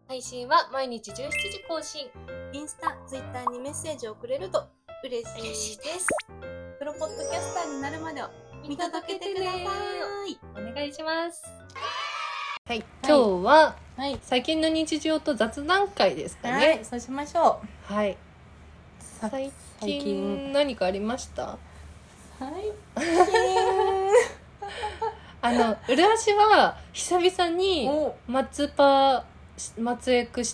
配信は毎日17時更新。 インスタ、ツイッターにメッセージをくれると嬉しいです。プロポッドキャスターになるまでを見届けてください。 お願いします。はい、今日は、最近の日常と雑談会ですかね。 はい、そうしましょう。はい。最近何かありました？浦足は久々に松エクして、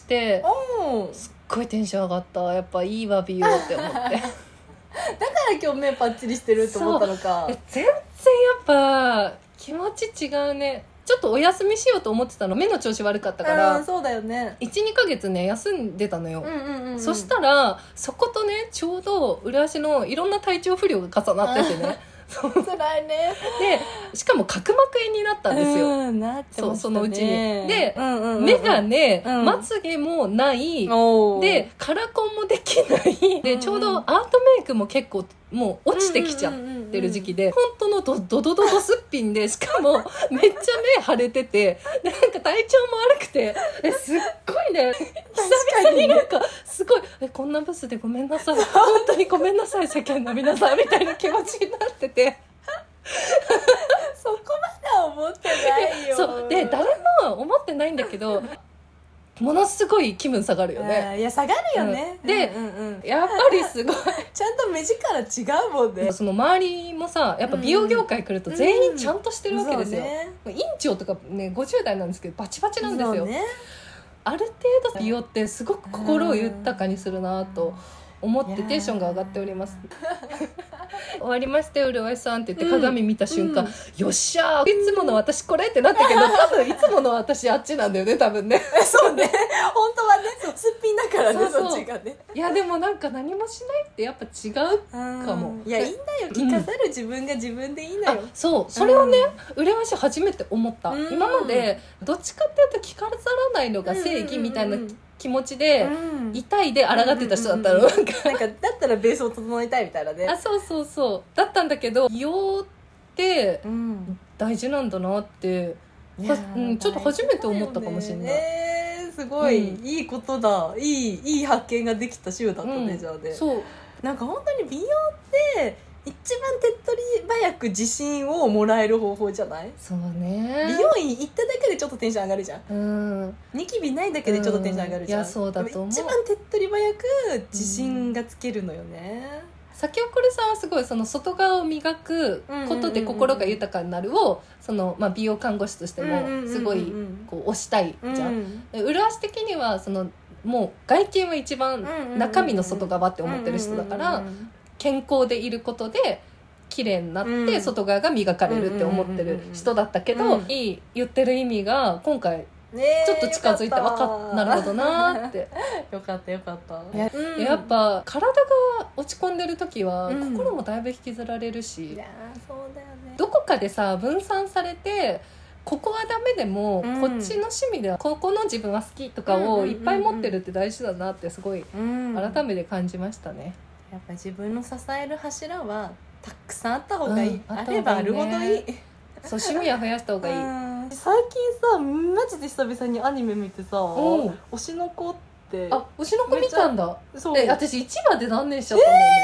すっごいテンション上がった。やっぱいいわ美容って思ってだから今日目パッチリしてると思ったのか。 全然やっぱ気持ち違うね。ちょっとお休みしようと思ってたの。目の調子悪かったから、 そうだよね。 1、2ヶ月ね休んでたのよ。そしたらそことねちょうど浦足のいろんな体調不良が重なっててね辛いね。 でしかも角膜炎になったんですよ。 なってましたね。 そのうちにで、目がね、まつげもないでカラコンもできないで、ちょうどアートメイクも結構もう落ちてきちゃってる時期で、本当のドドドドすっぴんで、しかもめっちゃ目腫れてて、なんか体調も悪くて、すっごいね久々になんかすごいこんなブスでごめんなさい、本当にごめんなさい世間の皆さんみたいな気持ちになっててそこまでは思ってないよ。 そうで誰も思ってないんだけどものすごい気分下がるよね。 いや下がるよね。 で、やっぱりすごいちゃんと目力違うもんね。 その周りもさ、やっぱ美容業界来ると全員ちゃんとしてるわけですよ。院長とかね50代なんですけどバチバチなんですよ。ある程度美容ってすごく心を豊かにするなと思ってテンションが上がっております終わりましたよ浦和さんって言って鏡見た瞬間、よっしゃーいつもの私これってなったけど多分いつもの私あっちなんだよね多分ねそうね、本当はねすっぴんだからね。そっちがね。 いやでもなんか何もしないってやっぱ違うかも。 いやいいんだよ、着飾る自分が自分でいいのよ。 そうそれをね浦和市初めて思った。今までどっちかっていうと着飾らないのが正義みたいな気持ちで、痛いで抗ってた人だったの。なんかだったらベースを整えたいみたいなね。 そうだったんだけど、美容って大事なんだなって、ちょっと初めて思ったかもしれない。 すごい、いいことだ。いい発見ができた週だったね、じゃあね。 そうなんか本当に美容って一番手っ取り早く自信をもらえる方法じゃない？ そうね。 美容院行っただけでちょっとテンション上がるじゃん。ニキビないだけでちょっとテンション上がるじゃん。 いやそうだと思う。 一番手っ取り早く自信がつけるのよね。 先送りさんはすごいその外側を磨くことで心が豊かになるをその、美容看護師としてもすごいこう推したいじゃん。麗し的にはそのもう外見は一番中身の外側って思ってる人だから、健康でいることで綺麗になって外側が磨かれるって思ってる人だったけど、言ってる意味が今回ちょっと近づいてなるほどなってよかったやっぱ体が落ち込んでる時は心もだいぶ引きずられるし、 いやそうだよね。 どこかでさ分散されてここはダメでも、こっちの趣味ではここの自分は好きとかをいっぱい持ってるって大事だなってすごい改めて感じましたね。 やっぱ自分の支える柱はたくさんあった方がいい、あればあるほどいい。 そう趣味は増やした方がいい。 最近さマジで久々にアニメ見てさ、推しの子って推しの子見たんだ。 そう私1話で断念しちゃったんだよね。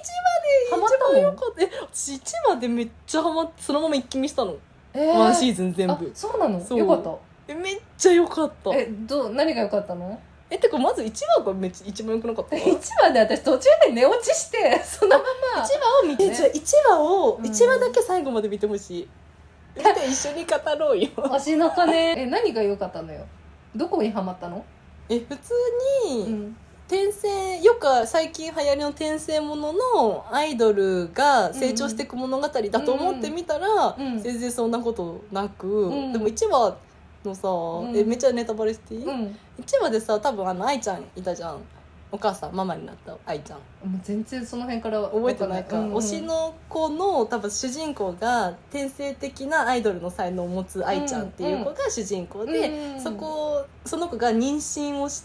1話で一番よかった。私1話でめっちゃハマってそのまま一気見したの。ワンシーズン全部。 そうなの？よかった。 めっちゃよかった。 何がよかったの？ てかまず1話がめっちゃ一番よくなかった。 1話で私途中で寝落ちしてそのまま 1話を見て、1話だけ最後まで見てほしい。見て一緒に語ろうよ。 推しの子ね。何が良かったのよ。どこにハマったの？ 普通に、転生よく最近流行りの転生もののアイドルが成長していく物語だと思ってみたら、全然そんなことなく、でも1話のさ、めっちゃネタバレしていい？1話でさ多分愛ちゃんいたじゃん。お母さんママになった愛ちゃん。 もう全然その辺から覚えてないか。推しの子の多分主人公が天性的なアイドルの才能を持つ愛ちゃんっていう子が主人公で、その子が妊娠をして、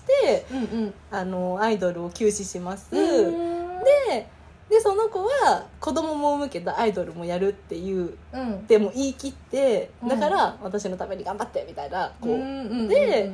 アイドルを休止します。でその子は子供も産むけどアイドルもやるっていうでも言い切って、だから私のために頑張ってみたいな子で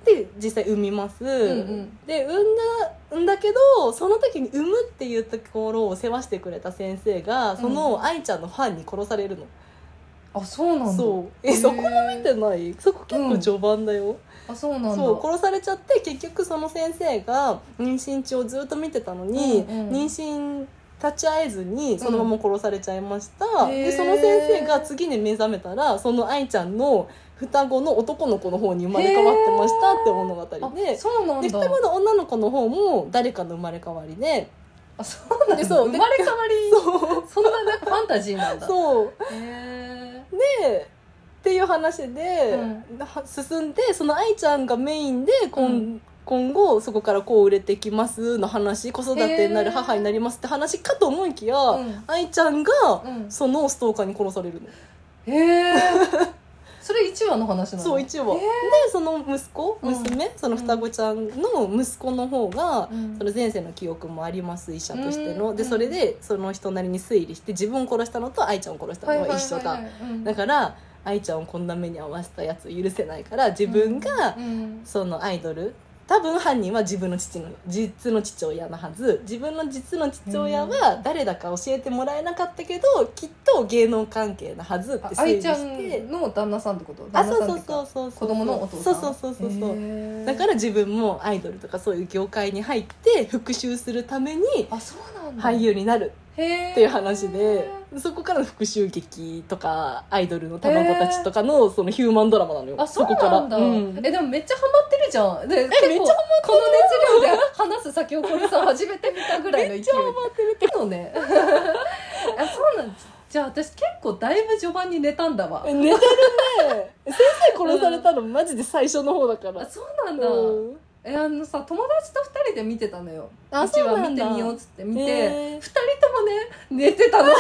で実際産みます、で産んだけどその時に産むっていうところを世話してくれた先生がその愛ちゃんのファンに殺されるの。 あ、そうなんだ。 そうそこも見てない？そこ結構序盤だよ。 あ、そうなんだ。 そう殺されちゃって結局その先生が妊娠中をずっと見てたのに、妊娠立ち会えずにそのまま殺されちゃいました、でその先生が次に目覚めたらその愛ちゃんの双子の男の子の方に生まれ変わってましたって物語で、 そうなんだ。 で双子の女の子の方も誰かの生まれ変わりで、 あ、そうなんだ。生まれ変わり、そんななんかファンタジーなんだ。 そうでっていう話で、進んでその愛ちゃんがメインで今後そこからこう売れてきますの話、子育てになる母になりますって話かと思いきや、愛ちゃんがそのストーカーに殺されるの。 へえそれ1話の話なの？ そう1話でその娘、その双子ちゃんの息子の方が、その前世の記憶もあります医者としての、でそれでその人なりに推理して自分を殺したのと愛ちゃんを殺したのは一緒だ、だから愛ちゃんをこんな目に遭わせたやつ許せないから自分がそのアイドル、多分犯人は自分の実の父親のはず、自分の実の父親は誰だか教えてもらえなかったけどきっと芸能関係なはずって推理して、 愛ちゃんの旦那さんってこと？ あ、そう子供のお父さん。 そうだから自分もアイドルとかそういう業界に入って復讐するために俳優になるっていう話で、そこからの復讐劇とかアイドルの卵たちとかのそのヒューマンドラマなのよ。 あ、そうなんだ。でもめっちゃハマってるじゃん。で結構めっちゃハマってる。この熱量で話す先をこれさ初めて見たぐらいの勢い。めっちゃハマってるってのね。あ、そうなんです。じゃあ私結構だいぶ序盤に寝たんだわ。 寝てるね。先生殺されたのマジで最初の方だから。 あ、そうなんだ。さ、友達と2人で見てたのよ。 1 話見てみようっつって見て、2人ともね寝てたの。2人とも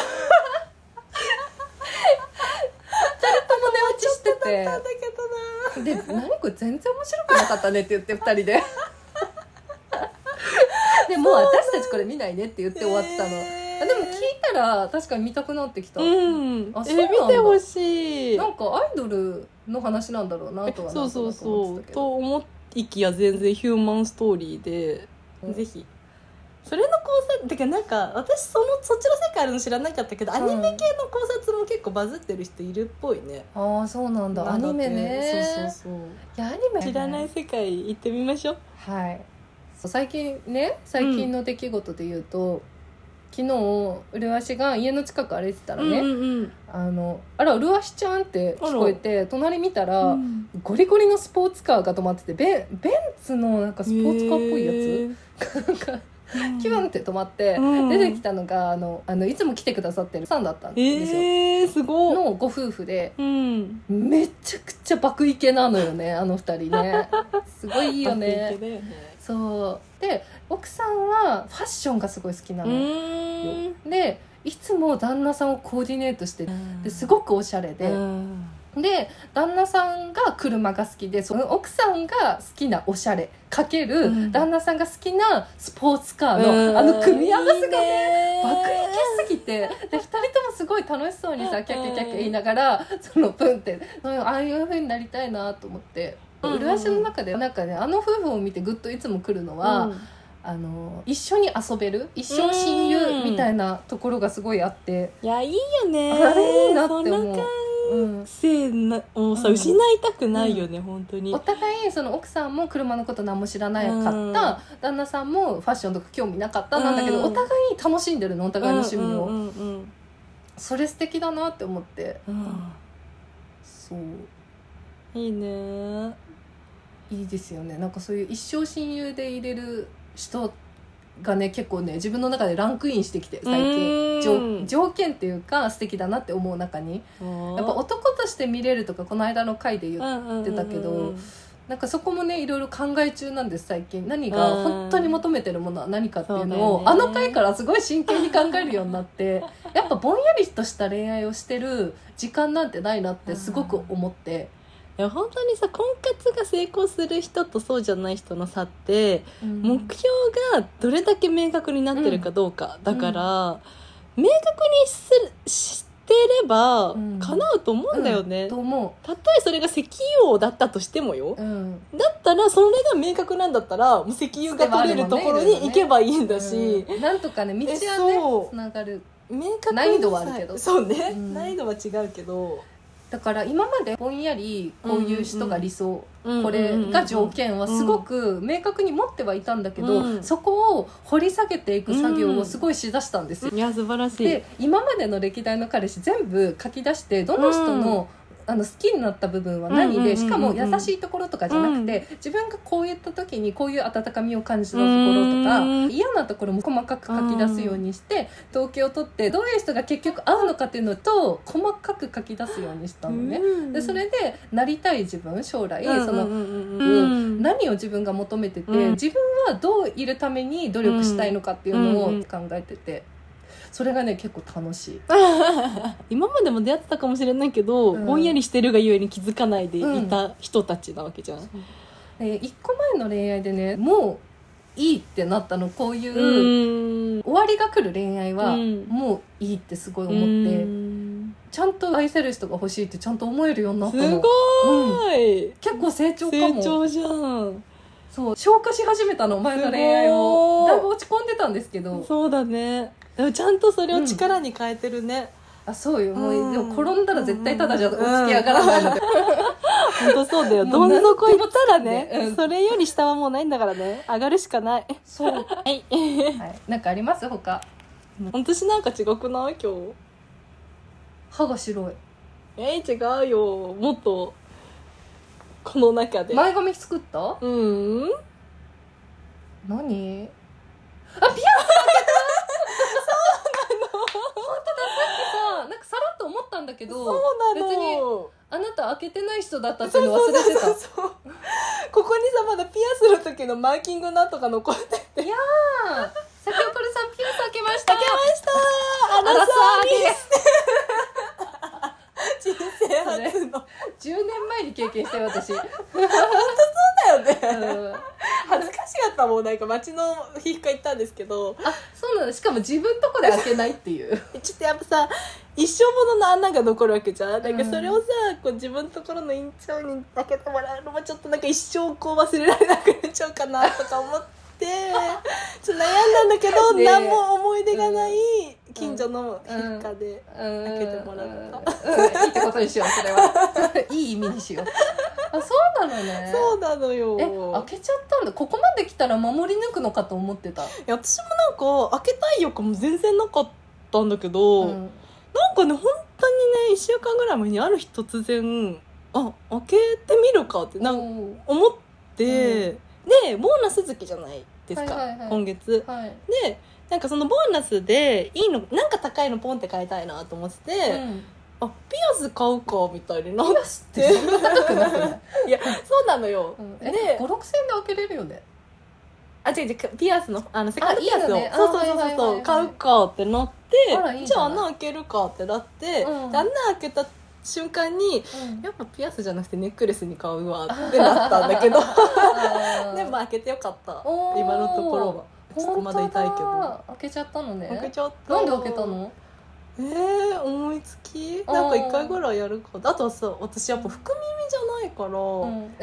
寝落ちしてて、で何これ全然面白くなかったねって言って2人ででもう私たちこれ見ないねって言って終わってたの。でも聞いたら確かに見たくなってきた。あ、そうなんだ。 見てほしい。 なんかアイドルの話なんだろうなとはなんとなく思ってたけど。 と思いきや全然ヒューマンストーリーで、ぜひそれの考察だから、なんか私そっちの世界あるの知らなかったけど、アニメ系の考察も結構バズってる人いるっぽいね。 ああ、そうなんだ。アニメね。 そういやアニメ知らない世界行ってみましょう。 はい。最近の出来事で言うと、昨日麗しが家の近く歩いてたらね、あら麗しちゃんって聞こえて隣見たら、ゴリゴリのスポーツカーが止まってて、ベンツのなんかスポーツカーっぽいやつなんかキュンって止まって、出てきたのがいつも来てくださってるさんだったんですよ。 すごいのご夫婦で、めちゃくちゃ爆イケなのよね、あの二人ね。すごいいいよね。そうで、奥さんはファッションがすごい好きなのよ。でいつも旦那さんをコーディネートして、ですごくおしゃれで、で旦那さんが車が好きで、その奥さんが好きなおしゃれかける、旦那さんが好きなスポーツカーの、組み合わせがね爆イケすぎて、で2人ともすごい楽しそうにさキャッキャキャッキャ言いながらそのプンってああいう風になりたいなと思って、麗しの中でなんかね、あの夫婦を見てグッといつも来るのは、一緒に遊べる、一生親友みたいなところがすごいあって、 いやいいよね。 あれいいなって思う。 性をさ、失いたくないよね、本当に。 お互いその奥さんも車のこと何も知らなかった、旦那さんもファッションとか興味なかったなんだけど、お互いに楽しんでるの、お互いの趣味を、それ素敵だなって思って、そういいね。 いいですよね。なんかそういう一生親友でいれる人がね、結構ね自分の中でランクインしてきて、最近条件っていうか素敵だなって思う中に、やっぱ男として見れるとかこの間の回で言ってたけど、なんかそこもねいろいろ考え中なんです最近。何が本当に求めてるものは何かっていうのを、あの回からすごい真剣に考えるようになって、やっぱぼんやりとした恋愛をしてる時間なんてないなってすごく思って、 いや本当にさ、婚活が成功する人とそうじゃない人の差って、目標がどれだけ明確になってるかどうか、だから、明確にしてればうん叶うと思うんだよね、 と思たとえそれが石油王だったとしてもよ、 う、 だったらそれが明確なんだったらもう石油が取れるところに行けばいいんだし、 なんとかね道はねそうつながる。 明確に難易度はあるけどそうね、 難易度は違うけど、 だから今までぼんやりこういう人が理想、 うんこれが条件はすごく明確に持ってはいたんだけど、そこを掘り下げていく作業をすごいしだしたんですよ、 いや素晴らしい。 で今までの歴代の彼氏全部書き出してどの人の、好きになった部分は何で、しかも優しいところとかじゃなくて、自分がこう言った時にこういう温かみを感じたところとか、嫌なところも細かく書き出すようにして統計を取ってどういう人が結局合うのかっていうのと細かく書き出すようにしたのね、でそれでなりたい自分将来、その何を自分が求めてて、自分はどういるために努力したいのかっていうのを考えてて、それがね結構楽しい今までも出会ってたかもしれないけど、ぼんやりしてるがゆえに気づかないでいた人たちなわけじゃん、 1個前の恋愛でねもういいってなったの、こういう終わりが来る恋愛はもういいってすごい思って、ちゃんと愛せる人が欲しいってちゃんと思えるようになったの。 すごい、 結構成長かも。 成長じゃん。 そう消化し始めたの前の恋愛を。だいぶ落ち込んでたんですけど。 そうだね、でもちゃんとそれを力に変えてるね、 あそうよ、もうでも転んだら絶対ただじゃお付き上がらないので、 本当そうだよ、どん底行ったらね、それより下はもうないんだからね、上がるしかない。 そうはい、 はい、なんかあります他？ 私なんか違くない今日？ 歯が白い。 違うよ、もっとこの中で前髪作った？何？あ、ピアス開けた？そうなの。本当だ、さっきさなんかさらっと思ったんだけど、 そうなの、 別にあなた開けてない人だったっていうの忘れてた。 そうここにさまだピアスの時のマーキングなんとか残ってて、 いやー、先ほこれさんピアス開けました。 開けました、アラサーです。人生初の 10年前に経験して私本当そうだよね、 うん、 恥ずかしかったもん。なんか街の皮膚科行ったんですけど、 あ、そうなの。しかも自分とこで開けないっていうちょっとやっぱさ一生ものの穴が残るわけじゃん。なんかそれをさ、こう自分のところの院長に開けてもらうのもちょっとなんか一生こう忘れられなくなっちゃうかなとか思ってちょっと悩んだんだけど、何も思い出がない近所の皮膚科で開けてもらった、 いいってことにしよう、それはいい意味にしよう。あ、そうなのね。 そうなのよ。 開けちゃったんだ。ここまで来たら守り抜くのかと思ってた。 いや私もなんか開けたい欲も全然なかったんだけど、なんかね本当にね1週間ぐらい前にある日突然開けてみるかって思って、でボーナス月じゃないですか、今月、でなんかそのボーナスでいいのなんか高いのポンって買いたいなと思ってて、ピアス買うかみたいになって、いやそうなのよ、 で 5,6 千円で開けれるよね。 違うピアスのセカンドピアスをそう買うかってなって、じゃあ穴開けるかってなって、穴開けた瞬間に、やっぱピアスじゃなくてネックレスに買うわってなったんだけどでも開けてよかった、今のところは。ちょっとまだ痛いけど開けちゃったのね。 開けちゃった。 なんで開けたの？ 思いつきなんか1回ぐらいやるか。あとはさ、私やっぱ福耳じゃないから、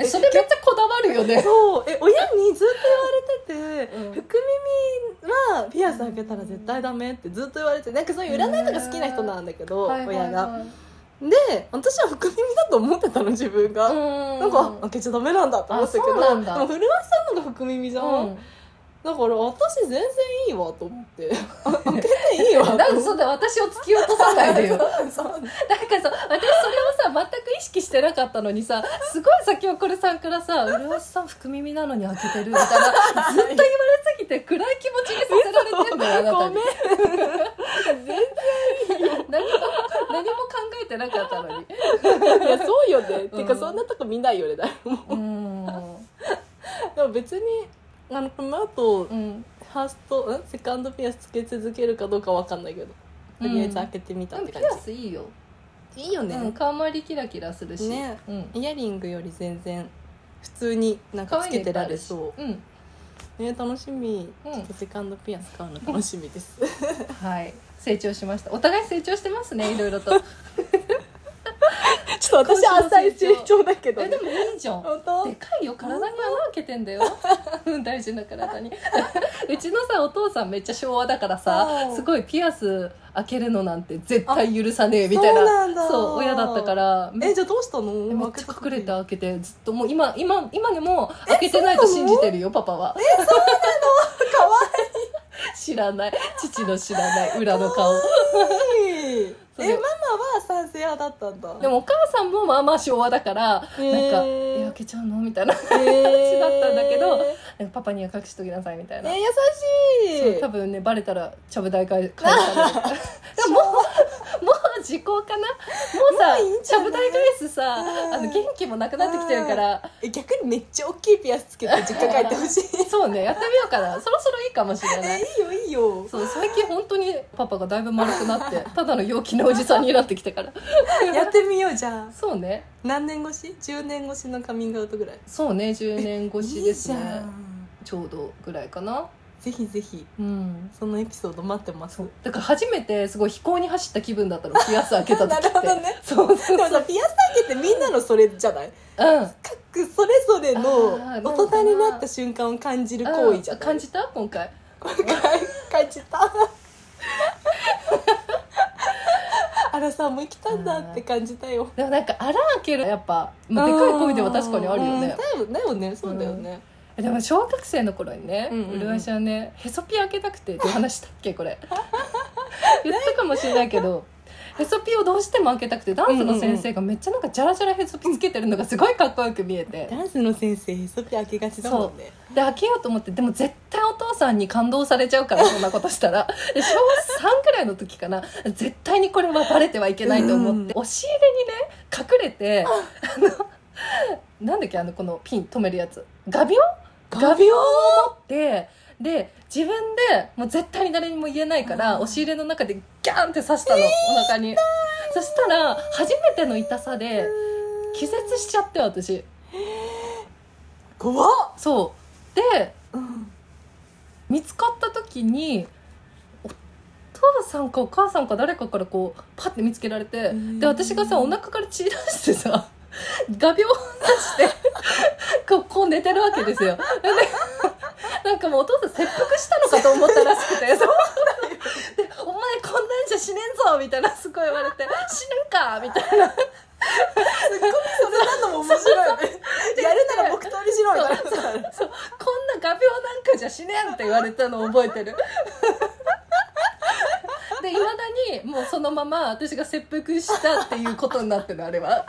それめっちゃこだわるよね。 そう親にずっと言われてて、福耳はピアス開けたら絶対ダメってずっと言われて、なんかそういう占いとか好きな人なんだけど、親がで私は福耳だと思ってたの自分が。なんか開けちゃダメなんだと思ったけど、でも古橋さんのが福耳じゃん、だから私全然いいわと思って開けていいわとなんかそうだ、私を突き落とさないでよなんかさ、私それをさ全く意識してなかったのにさ、すごい先ほこれさんからさ「古橋さん福耳なのに開けてる」みたいなずっと言われすぎて暗い気持ちにさせられてんだよ、あなたに。ごめん全然いいよ何も考えてなかったのに。 いやそうよね、っていうかそんなとこ見ないよね誰も。でも別にこの後、ファーストセカンドピアスつけ続けるかどうかわかんないけど、とりあえず開けてみたって感じ。 ピアスいいよ。 いいよね、 顔周りキラキラするしね、イヤリングより全然普通になんかつけてられそう。ね、楽しみ、ちょっとセカンドピアス買うの楽しみですはい成長しました。お互い成長してますね、いろいろと。 ちょっと私浅い成長だけど、ね、 でもいいじゃん。 本当でかいよ、体に穴開けてんだよ。大事な体に。うちのさお父さんめっちゃ昭和だからさ、すごいピアス開けるのなんて絶対許さねえみたいな、そう親だったから。 じゃあどうしたの？ めっちゃ隠れて開けて、ずっともう今でも開けてないと信じてるよパパは。 そうなの？かわいい。 知らない、父の知らない裏の顔。 ママは賛成派だったんだ。 でもお母さんもまあまあ昭和だから、なんか開けちゃうのみたいな話だったんだけど、パパには隠しときなさいみたいな。 優しい。 そう多分ねバレたらちゃぶ台返される。でももう時効かな。もうさちゃぶ台返すさ元気もなくなってきてるから。 逆にめっちゃ大きいピアスつけて実家帰ってほしい。 そうね、やってみようかな。そろそろいいかもしれない。 いいよいいよ。 そう最近本当にパパがだいぶ丸くなってただの陽気なおじさんになってきてから。 やってみようじゃあ。 そうね。 何年越し？10年越しのカミングアウトぐらい。 そうね、10年越しですね。 いいじゃん。 ちょうどぐらいかな。 ぜひぜひ、そのエピソード待ってます。 だから初めてすごい飛行に走った気分だったの、ピアス開けた時って。 なるほどね。 そうでもさ、ピアス開けてみんなのそれじゃない？各それぞれの大人になった瞬間を感じる行為じゃない？ 感じた？今回感じた。あらさんも生きたんだって感じたよ。 でもなんか穴開けるやっぱ、でかい行為では確かにあるよね。 だよね、そうだよね。 でも小学生の頃にね、麗しはねへそピ開けたくてって話したっけこれ。言ったかもしれないけど、へそピをどうしても開けたくて、ダンスの先生がめっちゃなんかジャラジャラへそピつけてるのがすごいかっこよく見えて。 ダンスの先生へそピ開けがちだもんね。 で開けようと思って、でも絶対お父さんに感動されちゃうからそんなことしたら。小3くらいの時かな、絶対にこれはバレてはいけないと思って、押し入れにね隠れて、なんだっけこのピン止めるやつ、画鋲を持って、で自分でもう絶対に誰にも言えないから、押し入れの中でギャンって刺したの、お腹に。そしたら初めての痛さで気絶しちゃって、私。 怖っ。 そうで、見つかった時にお父さんかお母さんか誰かからこうパッて見つけられて、で私がさお腹から血出してさ画鋲を出してこう寝てるわけですよ。でなんかもうお父さん切腹したのかと思ったらしくて、そうでお前こんなんじゃ死ねんぞみたいなすごい言われて、死ぬんかみたいな。 すっごいそれなのも面白いね。やるなら僕とにしろみたいな。 そうこんな画鋲なんかじゃ死ねんって言われたのを覚えてる。でいまだにもうそのまま私が切腹したっていうことになってる、あれは。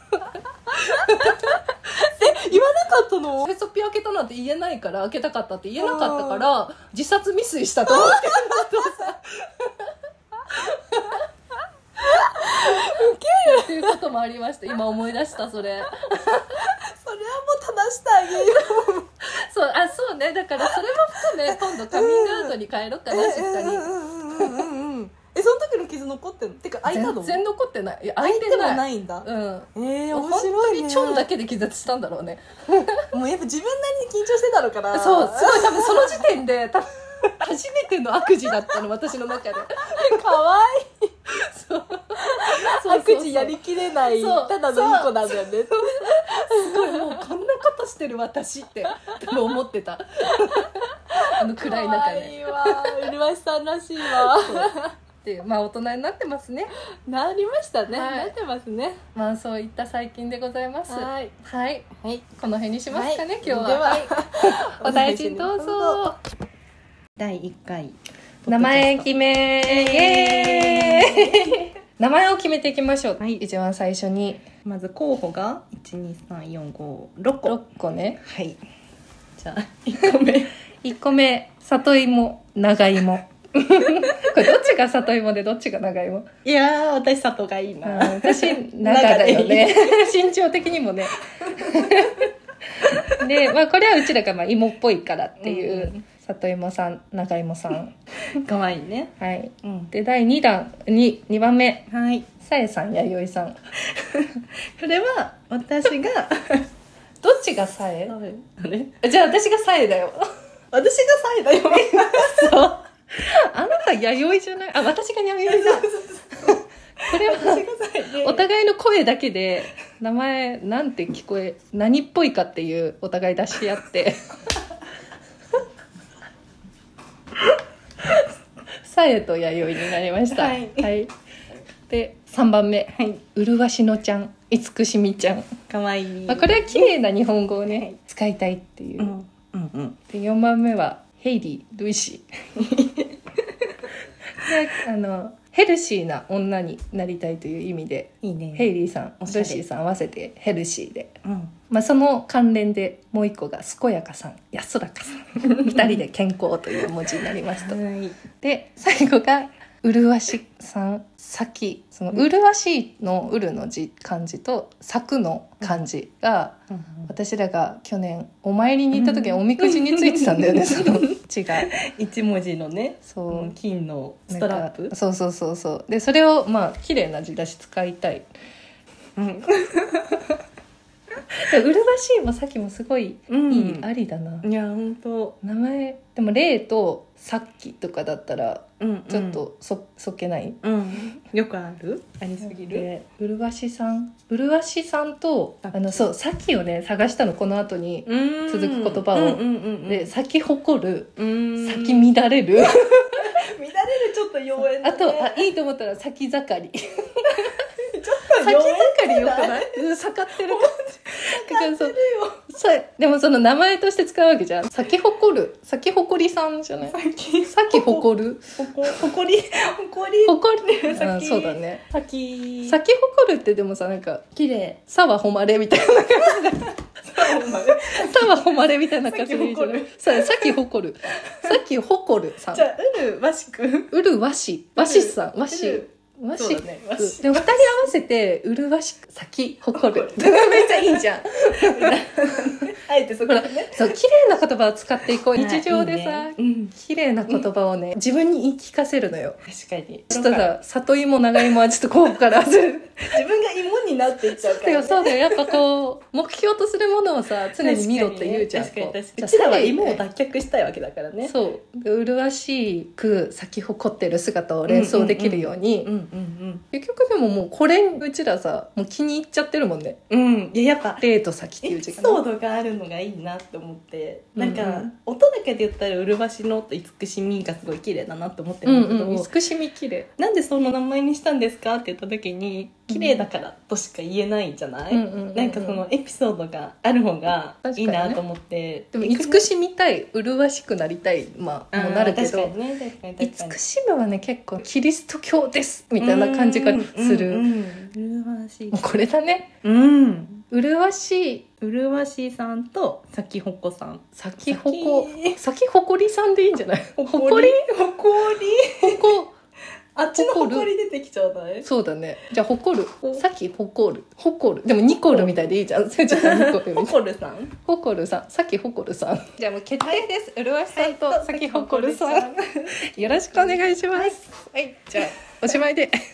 言わなかったの？ へそピ開けたなんて言えないから、開けたかったって言えなかったから自殺未遂したと思ってるのとさ。ウケるっていうこともありました。今思い出したそれ。 それはもう正してあげよう。 そうね、だからそれも含め今度カミングアウトに帰ろうかな、しっかり。 その時の傷残ってんの？てか開いたの？ 全然残ってない。 開いてもないんだ。 面白いね。 本当にチョンだけで気絶したんだろうね。 もうやっぱ自分なりに緊張してたのかな。 そう、すごい多分その時点で初めての悪事だったの、私の中で。 かわいい。そう悪事やりきれないただのいい子なんだよね。 すごいもうこんなことしてる私って多分思ってた。暗い中で。 かわいいわ。麗さんらしいわ。 でまあ大人になってますね。 なりましたね。なってますね。 まあそういった最近でございます。はい。この辺にしますかね、今日は。 ではお大事にどうぞ。 第1回名前決めイエーイ。名前を決めていきましょう。一番最初にまず候補が12345個 6個ね。 はい。じゃあ1個目里芋長芋。これどっちが里芋でどっちが長芋？ いやー私里がいいな。 私長だよね。身長的にもね。でまあこれはうちらがまあ芋っぽいからっていう、里芋さん長芋さん。 かわいいね。 はい。で第2番目。 はい。 さえさん弥生さん。 これは私がどっちがさえ？じゃあ私がさえだよ。 私がさえだよ。 そう。 あなた弥生じゃない？あ、私が弥生だ。これはお互いの声だけで名前なんて聞こえ、何っぽいかっていうお互い出し合ってさえと弥生になりました。はい、はい、で3番目、はい、うるわしのちゃん、いつくしみちゃん、 かわいい、 これは綺麗な日本語をね、はい、使いたいっていう、うんうんうん、で4番目はヘイリー・ルイシーでヘルシーな女になりたいという意味で、いいね、ヘイリーさん、ルイシーさん合わせてヘルシーで、うん、まあ、その関連でもう一個が健やかさん、安らかさん2人で健康という文字になりますと、はい、で最後がうるわしさん、咲、そのうるわしいのうるの字漢字と咲くの漢字が、うん、私らが去年お参りに行った時におみくじについてたんだよね、うん、その字が一文字のね、そう、金のストラップ、 そうそうそうそう、でそれをまあ綺麗な字だし使いたい、うん、うるわしいもさっきもすごいいい、ありだな。 いや本当名前でもレイとさっきとかだったらちょっとそけない、 うん、よくありすぎる。 うるわしさんとそうさっきをね探したの、この後に続く言葉を、で咲き誇る、咲き乱れる乱れるちょっと妖艶だね。 あといいと思ったら咲き盛り咲き盛りよくない？盛ってるでもその名前として使うわけじゃん。咲き誇る、咲き誇りさんじゃない？咲き誇る、 誇り、 そうだね。 咲き誇るってでもさ、なんか綺麗、 さは誉れみたいな感じだ。さは誉れみたいな感じでいいじゃない？さき誇る、さき誇るさん。 じゃあうるわしく、 うるわし、わしさん、わし。わしく、ね、でも2人合わせてうるわしく咲き誇るめっちゃいいじゃんあえてそこ、ね、 そう綺麗な言葉を使っていこう。日常でさ、いいね、綺麗な言葉をね、自分に言い聞かせるのよ。 確かに。 ちょっとさ、里芋長芋はちょっと候補から自分が芋になっていっちゃうから、ね、 そうだよやっぱこう目標とするものをさ常に見ろって言うじゃん。 確かにうちらは芋を脱却したいわけだからね。 そううるわしく咲き誇ってる姿を連想できるように、結局でももうこれうちらさもう気に入っちゃってるもんね。 うん、いややっぱレイと咲きっていう字が、ね、エピソードがあるのがいいなって思って、なんか、音だけで言ったらうるわしのといつくしみがすごい綺麗だなって思ってるんだけど、 いつくしみ綺麗、 なんでその名前にしたんですかって言った時に綺麗だからとしか言えないじゃない？なんかそのエピソードがある方がいいなと思って、ね、 でもいつくしみたい、うるわしくなりたい、まあもうなるけど、いつくしむはね結構キリスト教ですみたいな感じがする。 うるわしい、 もうこれだね。うるわしさんと咲きほこさん、 咲きほこりさんでいいんじゃない？ ほこりあっちのほこり出てきちゃうね。 そうだね。じゃあほこる、咲きほこる、でもニコルみたいでいいじゃん。じゃあニコルほこるさん、 咲きほこるさん。じゃあもう決定です。うるわしさんと咲きほこるさん。よろしくお願いします。 はい、 じゃあおしまいで。